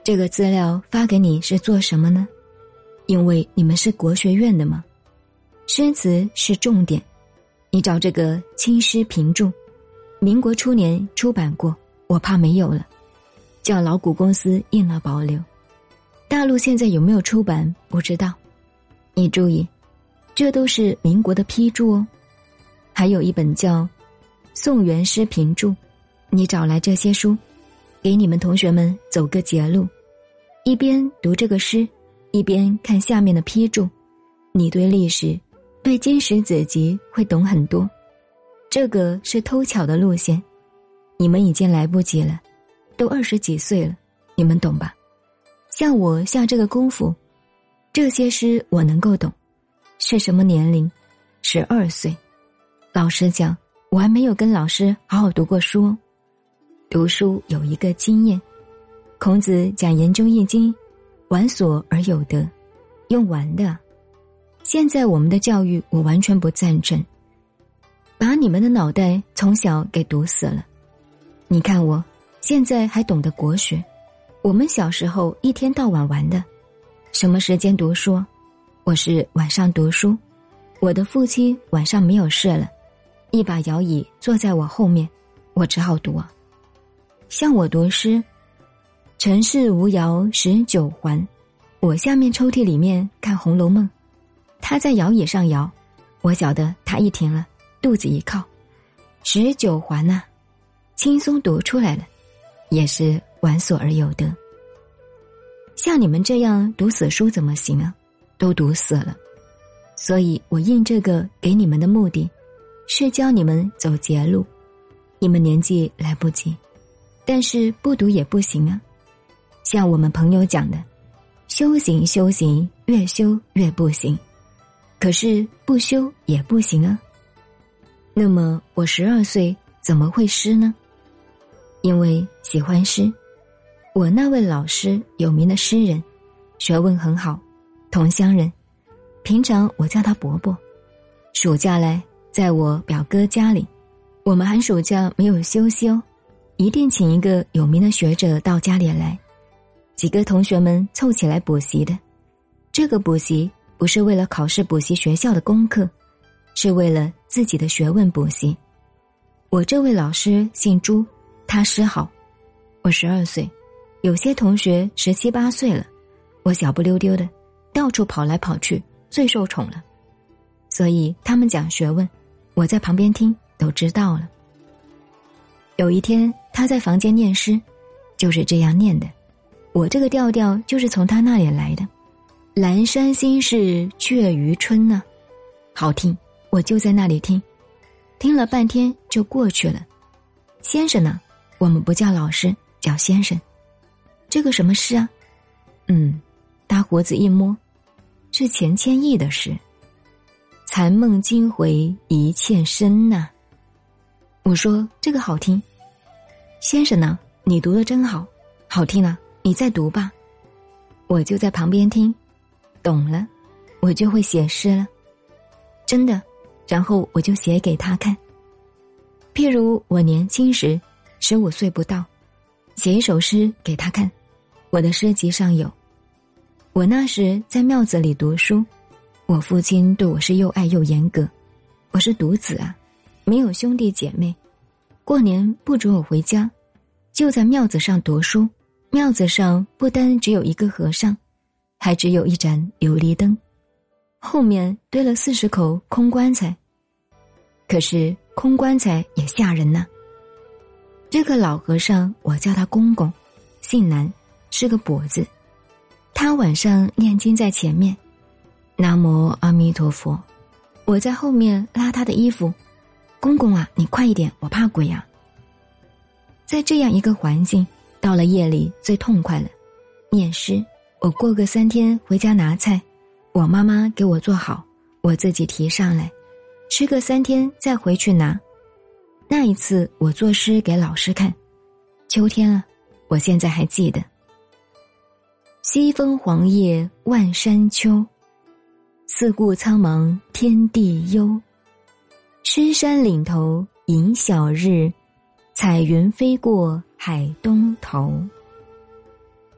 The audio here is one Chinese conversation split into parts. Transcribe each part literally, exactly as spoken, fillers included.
这个资料发给你是做什么呢？因为你们是国学院的嘛，诗词是重点。你找这个清诗评注，民国初年出版过，我怕没有了，叫老谷公司印了保留。大陆现在有没有出版不知道。你注意，这都是民国的批注哦。还有一本叫《宋元诗评注》，你找来这些书，给你们同学们走个捷路，一边读这个诗，一边看下面的批注，你对历史、对经史子集会懂很多。这个是偷巧的路线，你们已经来不及了，都二十几岁了，你们懂吧？像我下这个功夫，这些诗我能够懂。是什么年龄？十二岁。老实讲，我还没有跟老师好好读过书。读书有一个经验，孔子讲研究易经，玩所而有得，用玩的。现在我们的教育我完全不赞成，把你们的脑袋从小给堵死了。你看我现在还懂得国学，我们小时候一天到晚玩的，什么时间读书？我是晚上读书，我的父亲晚上没有事了，一把摇椅坐在我后面，我只好读啊。像我读诗，尘世无摇十九环，我下面抽屉里面看《红楼梦》，他在摇椅上摇，我晓得他一停了，肚子一靠，十九环啊，轻松读出来了，也是玩所而有得。像你们这样读死书怎么行啊？都读死了。所以我印这个给你们的目的，是教你们走捷路。你们年纪来不及，但是不读也不行啊。像我们朋友讲的，修行修行，越修越不行，可是不修也不行啊。那么我十二岁怎么会诗呢？因为喜欢诗。我那位老师有名的诗人，学问很好，同乡人，平常我叫他伯伯。暑假来，在我表哥家里，我们寒暑假没有休息哦，一定请一个有名的学者到家里来，几个同学们凑起来补习的。这个补习不是为了考试补习学校的功课，是为了自己的学问补习。我这位老师姓朱，他诗好。我十二岁，有些同学十七八岁了，我小不溜丢的，到处跑来跑去，最受宠了。所以他们讲学问，我在旁边听，都知道了。有一天他在房间念诗，就是这样念的，我这个调调就是从他那里来的。阑珊心事却于春呢、啊，好听，我就在那里听，听了半天就过去了。先生呢，我们不叫老师，叫先生。这个什么诗啊？嗯，大胡子一摸，是钱谦益的诗。残梦惊回一欠身呐、啊。我说这个好听。先生呢，你读得真好，好听啊，你再读吧。我就在旁边听，懂了，我就会写诗了。真的，然后我就写给他看。譬如我年轻时，十五岁不到，写一首诗给他看，我的诗集上有。我那时在庙子里读书，我父亲对我是又爱又严格，我是独子啊，没有兄弟姐妹，过年不准我回家，就在庙子上读书。庙子上不单只有一个和尚，还只有一盏琉璃灯，后面堆了四十口空棺材。可是空棺材也吓人呐、啊。这个老和尚我叫他公公，姓南，是个跛子。他晚上念经在前面，南无阿弥陀佛，我在后面拉他的衣服，公公啊，你快一点，我怕鬼啊。在这样一个环境，到了夜里最痛快了。念诗，我过个三天回家拿菜，我妈妈给我做好，我自己提上来，吃个三天再回去拿。那一次我作诗给老师看，秋天了，我现在还记得。西风黄叶万山秋，四顾苍茫天地幽。深山岭头迎晓日，彩云飞过海东头。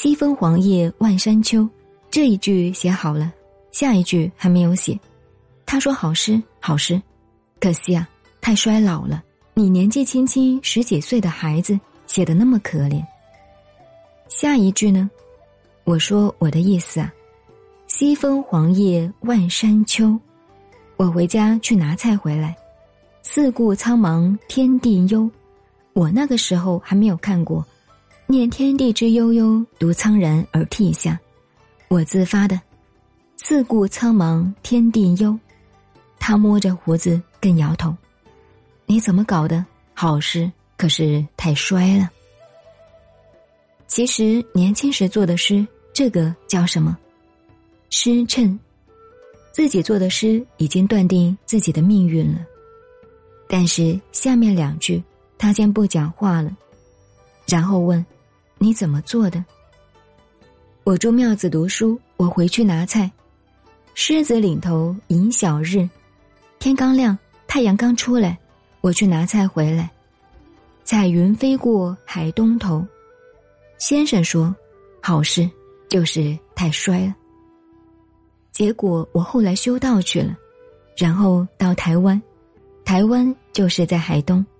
西风黄叶万山秋，这一句写好了，下一句还没有写。他说好诗好诗，可惜啊，太衰老了。你年纪轻轻十几岁的孩子写得那么可怜。下一句呢？我说我的意思啊，西风黄叶万山秋，我回家去拿菜回来，四顾苍茫天地幽，我那个时候还没有看过念天地之悠悠，独苍然而涕下，我自发的四顾苍茫天地幽。他摸着胡子更摇头，你怎么搞的？好诗可是太衰了。其实年轻时做的诗，这个叫什么？诗谶。自己做的诗已经断定自己的命运了，但是下面两句他先不讲话了，然后问你怎么做的？我住庙子读书，我回去拿菜，狮子岭头迎晓日，天刚亮，太阳刚出来，我去拿菜回来，彩云飞过海东头。先生说好诗就是太衰了。结果我后来修道去了，然后到台湾，台湾就是在海东，